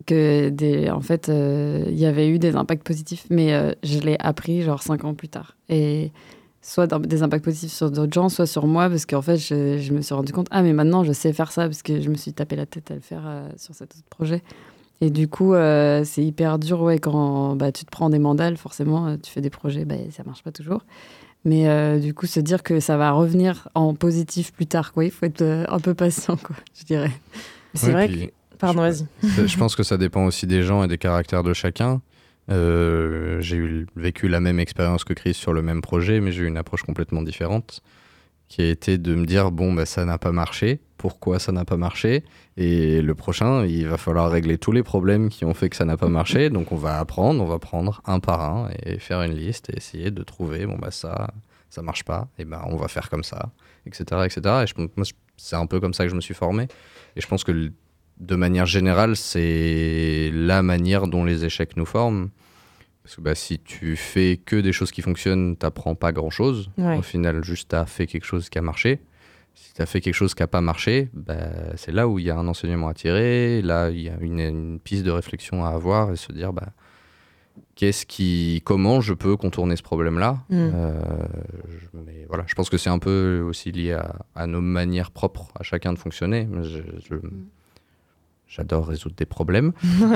S10: il y avait eu des impacts positifs, mais je l'ai appris genre 5 ans plus tard. Et soit des impacts positifs sur d'autres gens, soit sur moi, parce qu'en fait, je me suis rendu compte, mais maintenant, je sais faire ça, parce que je me suis tapé la tête à le faire sur cet autre projet. Et du coup, c'est hyper dur quand tu te prends des mandales, forcément, tu fais des projets, ça marche pas toujours. Mais du coup, se dire que ça va revenir en positif plus tard, quoi. Il faut être un peu patient, quoi, je dirais.
S8: C'est vrai que... Pardon, vas-y.
S9: Je pense que ça dépend aussi des gens et des caractères de chacun. J'ai vécu la même expérience que Chris sur le même projet, mais j'ai eu une approche complètement différente, qui a été de me dire, ça n'a pas marché. Pourquoi ça n'a pas marché? Et le prochain, il va falloir régler tous les problèmes qui ont fait que ça n'a pas marché. Donc on va prendre un par un et faire une liste et essayer de trouver, ça marche pas, et on va faire comme ça, etc. etc. Et moi, c'est un peu comme ça que je me suis formé. Et je pense que de manière générale, c'est la manière dont les échecs nous forment. Parce que si tu fais que des choses qui fonctionnent, t'apprends pas grand-chose. Ouais. Au final, juste t'as fait quelque chose qui a marché. Si t'as fait quelque chose qui n'a pas marché, c'est là où il y a un enseignement à tirer. Là, il y a une piste de réflexion à avoir et se dire comment je peux contourner ce problème-là. Mais voilà, je pense que c'est un peu aussi lié à nos manières propres à chacun de fonctionner. J'adore résoudre des problèmes.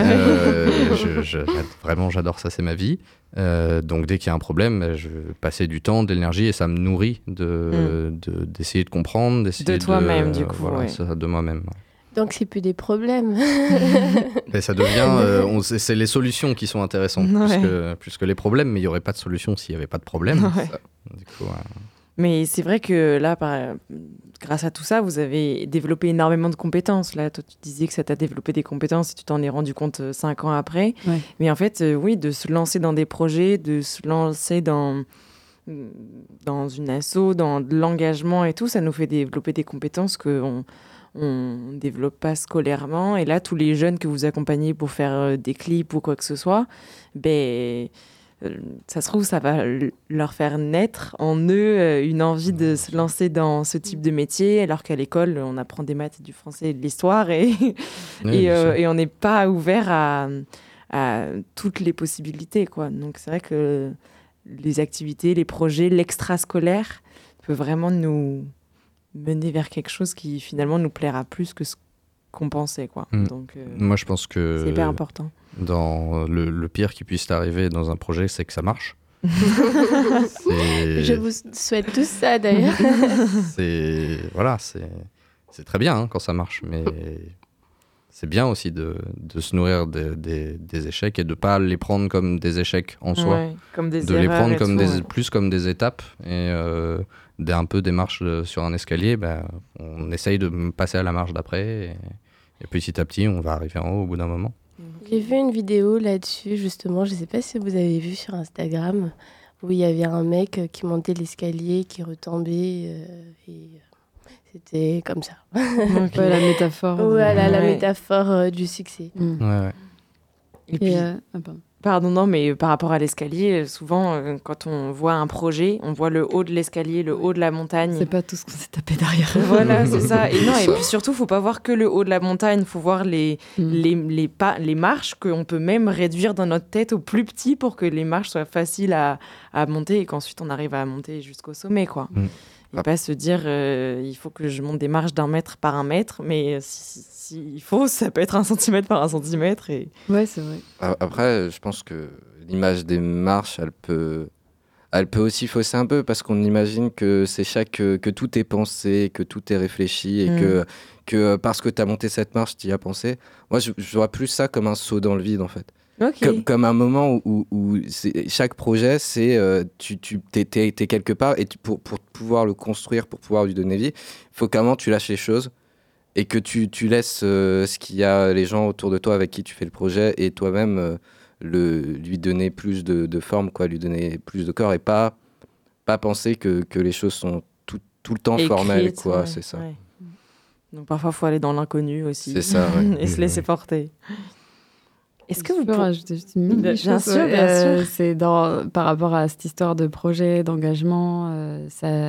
S9: Vraiment, j'adore ça, c'est ma vie. Donc, dès qu'il y a un problème, je vais passer du temps, de l'énergie, et ça me nourrit d'essayer de comprendre.
S8: De toi-même, du coup.
S9: Voilà, ça, de moi-même.
S2: Donc, c'est plus des problèmes.
S9: Et ça devient... c'est les solutions qui sont intéressantes, plus que les problèmes. Mais il n'y aurait pas de solution s'il n'y avait pas de problème.
S8: Ouais.
S9: Ça, du coup,
S8: mais c'est vrai que là, grâce à tout ça, vous avez développé énormément de compétences. Là, toi, tu disais que ça t'a développé des compétences et tu t'en es rendu compte 5 ans après. Ouais. Mais en fait, oui, de se lancer dans des projets, de se lancer dans une asso, dans de l'engagement et tout, ça nous fait développer des compétences qu'on ne développe pas scolairement. Et là, tous les jeunes que vous accompagnez pour faire des clips ou quoi que ce soit, ça se trouve, ça va leur faire naître en eux une envie de se lancer dans ce type de métier, alors qu'à l'école, on apprend des maths, du français et de l'histoire, et on n'est pas ouvert à toutes les possibilités, quoi. Donc c'est vrai que les activités, les projets, l'extrascolaire peut vraiment nous mener vers quelque chose qui finalement nous plaira plus que ce qu'on pensait, quoi. Donc,
S9: moi, je pense que
S8: c'est hyper important.
S9: Le pire qui puisse t'arriver dans un projet, c'est que ça marche.
S2: Je vous souhaite tous ça, d'ailleurs.
S9: C'est très bien quand ça marche, mais c'est bien aussi de se nourrir des échecs et de ne pas les prendre comme des échecs en soi,
S8: comme des
S9: de les prendre comme plus comme des étapes et un peu des marches sur un escalier. On essaye de passer à la marche d'après et petit à petit, on va arriver en haut au bout d'un moment.
S2: J'ai vu une vidéo là-dessus, justement, je ne sais pas si vous avez vu sur Instagram, où il y avait un mec qui montait l'escalier, qui retombait, et c'était comme ça.
S10: Okay. La métaphore.
S2: Voilà, la métaphore du succès.
S9: Ouais.
S8: Et puis, pardon, non, mais par rapport à l'escalier, souvent, quand on voit un projet, on voit le haut de l'escalier, le haut de la montagne.
S10: C'est pas tout ce qu'on s'est tapé derrière.
S8: Voilà, c'est ça. Et non, et puis surtout, faut pas voir que le haut de la montagne, faut voir les marches qu'on peut même réduire dans notre tête au plus petit pour que les marches soient faciles à monter et qu'ensuite on arrive à monter jusqu'au sommet, quoi. Et pas se dire, il faut que je monte des marches d'1 mètre par 1 mètre, mais s'il faut, ça peut être 1 centimètre par 1 centimètre. Et...
S10: Ouais, c'est vrai.
S6: Après, je pense que l'image des marches, elle peut aussi fausser un peu parce qu'on imagine que que tout est pensé, que tout est réfléchi et que parce que tu as monté cette marche, tu y as pensé. Moi, je vois plus ça comme un saut dans le vide, en fait.
S8: Okay.
S6: Comme un moment où chaque projet, c'est t'es quelque part et pour pouvoir le construire, pour pouvoir lui donner vie, il faut qu'à un moment tu lâches les choses et que tu laisses ce qu'il y a, les gens autour de toi avec qui tu fais le projet, et toi-même lui donner plus de forme, quoi, lui donner plus de corps, et pas penser que les choses sont tout le temps formelles, quoi, c'est ça.
S8: Ouais. Donc parfois, il faut aller dans l'inconnu aussi.
S6: C'est ça, ouais.
S8: Et se laisser porter. Est-ce que vous
S10: pouvez rajouter juste une mini chose?
S8: Bien sûr.
S10: C'est par rapport à cette histoire de projet, d'engagement,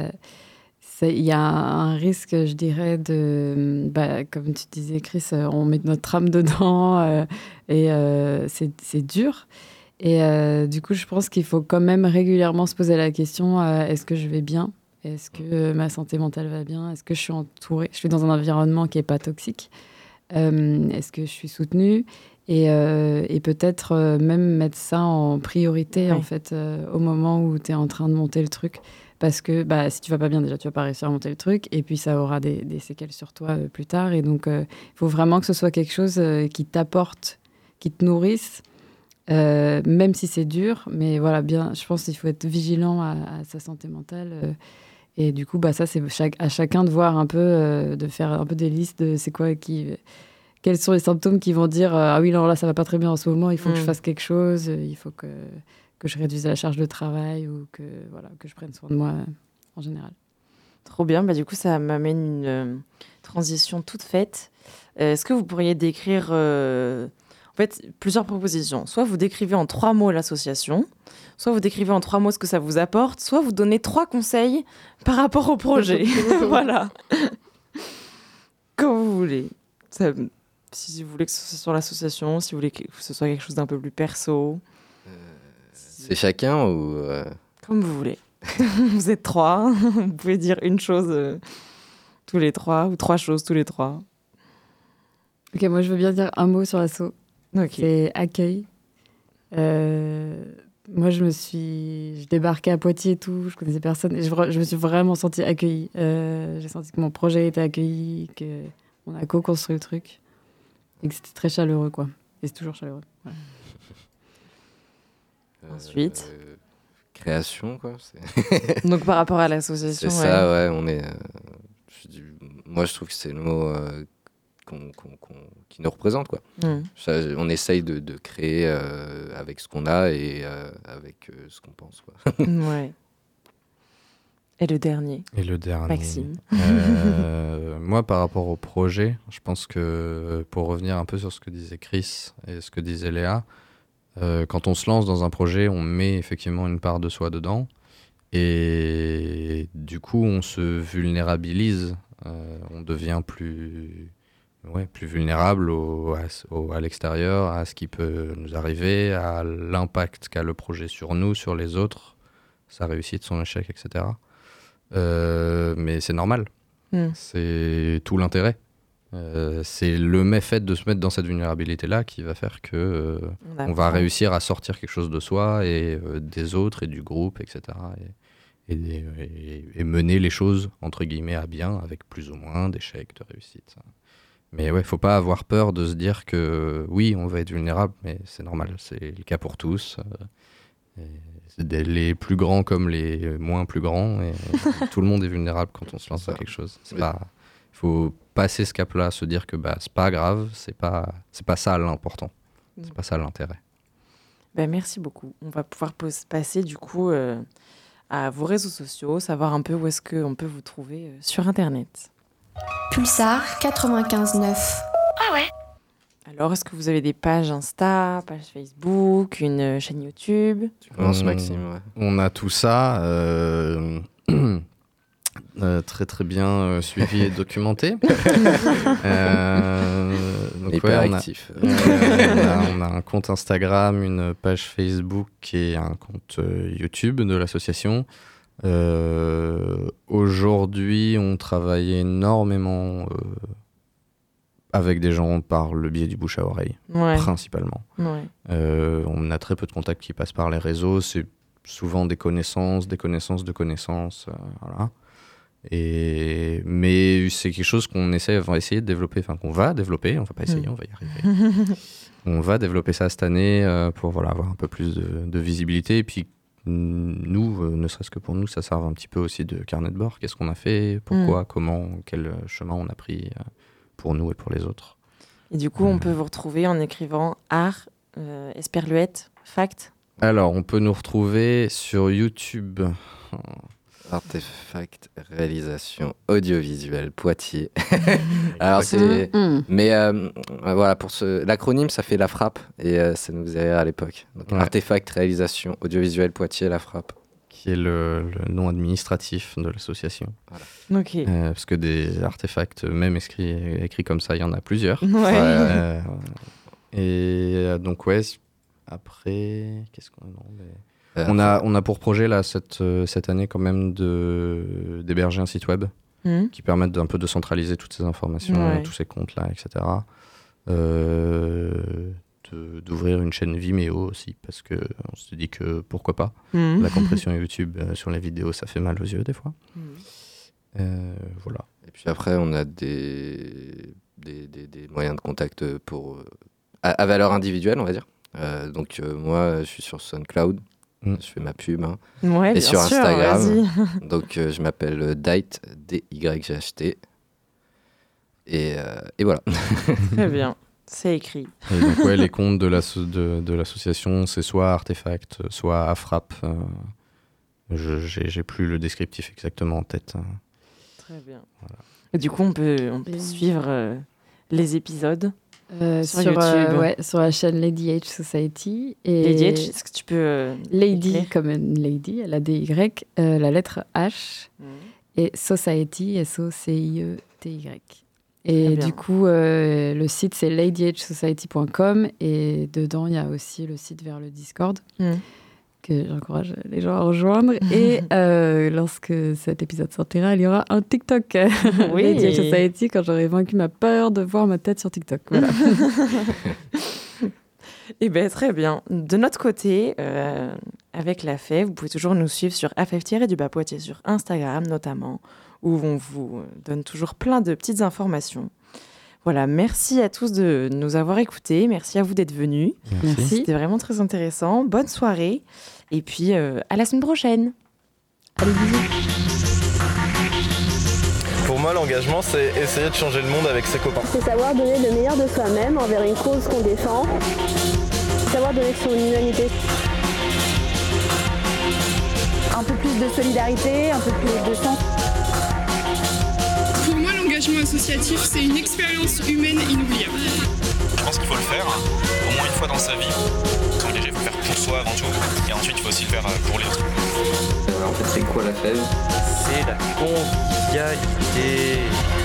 S10: il y a un risque, je dirais, comme tu disais, Chris, on met notre âme dedans et c'est dur. Et du coup, je pense qu'il faut quand même régulièrement se poser la question, est-ce que je vais bien? Est-ce que ma santé mentale va bien? Est-ce que je suis entourée? Je suis dans un environnement qui n'est pas toxique. Est-ce que je suis soutenue? Et peut-être même mettre ça en priorité, en fait, au moment où tu es en train de monter le truc. Parce que si tu vas pas bien, déjà, tu vas pas réussir à monter le truc. Et puis, ça aura des séquelles sur toi plus tard. Et donc, il faut vraiment que ce soit quelque chose qui t'apporte, qui te nourrisse, même si c'est dur. Mais voilà, je pense qu'il faut être vigilant à sa santé mentale. Et du coup, ça, c'est à chacun de voir un peu, de faire un peu des listes de c'est quoi quels sont les symptômes qui vont dire ah oui, non, là, ça va pas très bien en ce moment, il faut que je fasse quelque chose, il faut que je réduise la charge de travail ou que je prenne soin de moi en général.
S8: Trop bien. Du coup, ça m'amène une transition toute faite. Est-ce que vous pourriez décrire en fait, plusieurs propositions? Soit vous décrivez en 3 mots l'association, soit vous décrivez en 3 mots ce que ça vous apporte, soit vous donnez 3 conseils par rapport au projet. Voilà. Comme vous voulez. Si vous voulez que ce soit sur l'association, si vous voulez que ce soit quelque chose d'un peu plus perso.
S6: C'est chacun ou...
S8: Comme vous voulez. Vous êtes 3. Vous pouvez dire une chose tous les 3 ou 3 choses tous les 3.
S10: Ok, moi je veux bien dire un mot sur l'asso.
S8: Okay.
S10: C'est accueil. Moi je débarquais à Poitiers et tout, je connaissais personne et je me suis vraiment sentie accueillie. J'ai senti que mon projet était accueilli, qu'on a co-construit le truc et que c'était très chaleureux, quoi. Et c'est toujours chaleureux. Voilà.
S8: Ensuite
S6: création, quoi.
S8: Donc par rapport à l'association,
S6: c'est ça, ouais, on est... moi je trouve que c'est le mot qui nous représente, quoi. On essaye de créer avec ce qu'on a et avec ce qu'on pense, quoi.
S8: Ouais. Et le dernier, Maxime.
S9: Moi, par rapport au projet, je pense que pour revenir un peu sur ce que disait Chris et ce que disait Léa, quand on se lance dans un projet, on met effectivement une part de soi dedans et du coup, on se vulnérabilise, on devient plus vulnérable à l'extérieur, à ce qui peut nous arriver, à l'impact qu'a le projet sur nous, sur les autres, sa réussite, son échec, etc. Mais c'est normal. C'est tout l'intérêt. C'est le fait de se mettre dans cette vulnérabilité-là qui va faire que on va réussir à sortir quelque chose de soi et des autres et du groupe, etc. Et mener les choses, entre guillemets, à bien, avec plus ou moins d'échecs, de réussites. Mais ouais, faut pas avoir peur de se dire que oui, on va être vulnérable, mais c'est normal, c'est le cas pour tous. Les plus grands comme les moins plus grands, et tout le monde est vulnérable quand on se lance dans quelque chose. Il faut passer ce cap-là, se dire que c'est pas grave, c'est pas ça l'important, c'est pas ça l'intérêt.
S8: Merci beaucoup. On va pouvoir passer du coup à vos réseaux sociaux, savoir un peu où est-ce qu'on peut vous trouver sur Internet.
S13: Pulsar 95.9.
S12: Ah ouais.
S8: Alors, est-ce que vous avez des pages Insta, page Facebook, une chaîne YouTube?
S6: Tu commences, Maxime, ouais.
S9: On a tout ça, très très bien suivi et documenté.
S6: Hyper actif.
S9: On a un compte Instagram, une page Facebook et un compte YouTube de l'association. Aujourd'hui, on travaille énormément avec des gens par le biais du bouche à oreille, principalement. Ouais. On a très peu de contacts qui passent par les réseaux, c'est souvent des connaissances de connaissances, voilà. Mais c'est quelque chose qu'on va essayer de développer, qu'on va développer, on va pas essayer, on va y arriver. On va développer ça cette année pour avoir un peu plus de visibilité, et puis nous, ne serait-ce que pour nous, ça serve un petit peu aussi de carnet de bord. Qu'est-ce qu'on a fait, pourquoi, comment, quel chemin on a pris pour nous et pour les autres.
S8: Et du coup, on peut vous retrouver en écrivant art, esperluette, fact.
S9: Alors, on peut nous retrouver sur YouTube.
S6: Artefact réalisation audiovisuelle Poitiers. Alors c'est, mais voilà, pour l'acronyme ça fait la frappe et ça nous faisait rire à l'époque. Donc Artefact réalisation audiovisuelle Poitiers, la frappe,
S9: qui est le nom administratif de l'association.
S8: Voilà. Ok.
S9: Parce que des artefacts, même écrits comme ça, il y en a plusieurs.
S8: Ouais.
S9: Et donc après, qu'est-ce qu'on a on a pour projet là cette année quand même d'héberger un site web qui permette d'un peu de centraliser toutes ces informations, tous ces comptes là, etc. D'ouvrir une chaîne Vimeo aussi parce que on se dit que pourquoi pas. La compression YouTube sur les vidéos, ça fait mal aux yeux des fois. Voilà.
S6: Et puis après on a des moyens de contact pour à valeur individuelle, on va dire. Donc moi je suis sur SoundCloud. Je fais ma pub et sur Instagram. Donc je m'appelle Dyght, D-Y-G-H-T. Et voilà.
S8: Très bien, c'est écrit.
S9: Et donc les comptes de l'association, c'est soit Artefact, soit Afrap. J'ai plus le descriptif exactement en tête.
S8: Très bien. Voilà. Et du coup, on peut suivre les épisodes. Sur YouTube.
S10: Sur la chaîne Lady H Society. Et
S8: Lady H, est-ce que tu peux
S10: Lady
S8: écrire
S10: comme une lady, L-A-D-Y, la lettre H, et Society, S-O-C-I-E-T-Y. Et du coup, le site, c'est ladyhsociety.com, et dedans, il y a aussi le site vers le Discord, que j'encourage les gens à rejoindre. Et lorsque cet épisode sortira, il y aura un TikTok. Lady H Society, quand j'aurai vaincu ma peur de voir ma tête sur TikTok. Voilà.
S8: Eh bien, très bien. De notre côté, avec la FEV, vous pouvez toujours nous suivre sur AFEV-Poitiers sur Instagram notamment, où on vous donne toujours plein de petites informations. Voilà, merci à tous de nous avoir écoutés. Merci à vous d'être venus.
S9: Merci.
S8: C'était vraiment très intéressant. Bonne soirée. Et puis, à la semaine prochaine.
S10: Allez, bisous.
S1: Pour moi, l'engagement, c'est essayer de changer le monde avec ses copains.
S14: C'est savoir donner le meilleur de soi-même envers une cause qu'on défend. C'est savoir donner son humanité.
S3: Un peu plus de solidarité, un peu plus de sens.
S4: Pour moi, l'engagement associatif, c'est une expérience humaine inoubliable.
S5: Je pense qu'il faut le faire au moins une fois dans sa vie. S'engager, il faut le faire pour soi avant tout. Et ensuite, il faut aussi le faire pour les autres.
S6: En fait, c'est quoi la FEV ?
S7: C'est la convivialité.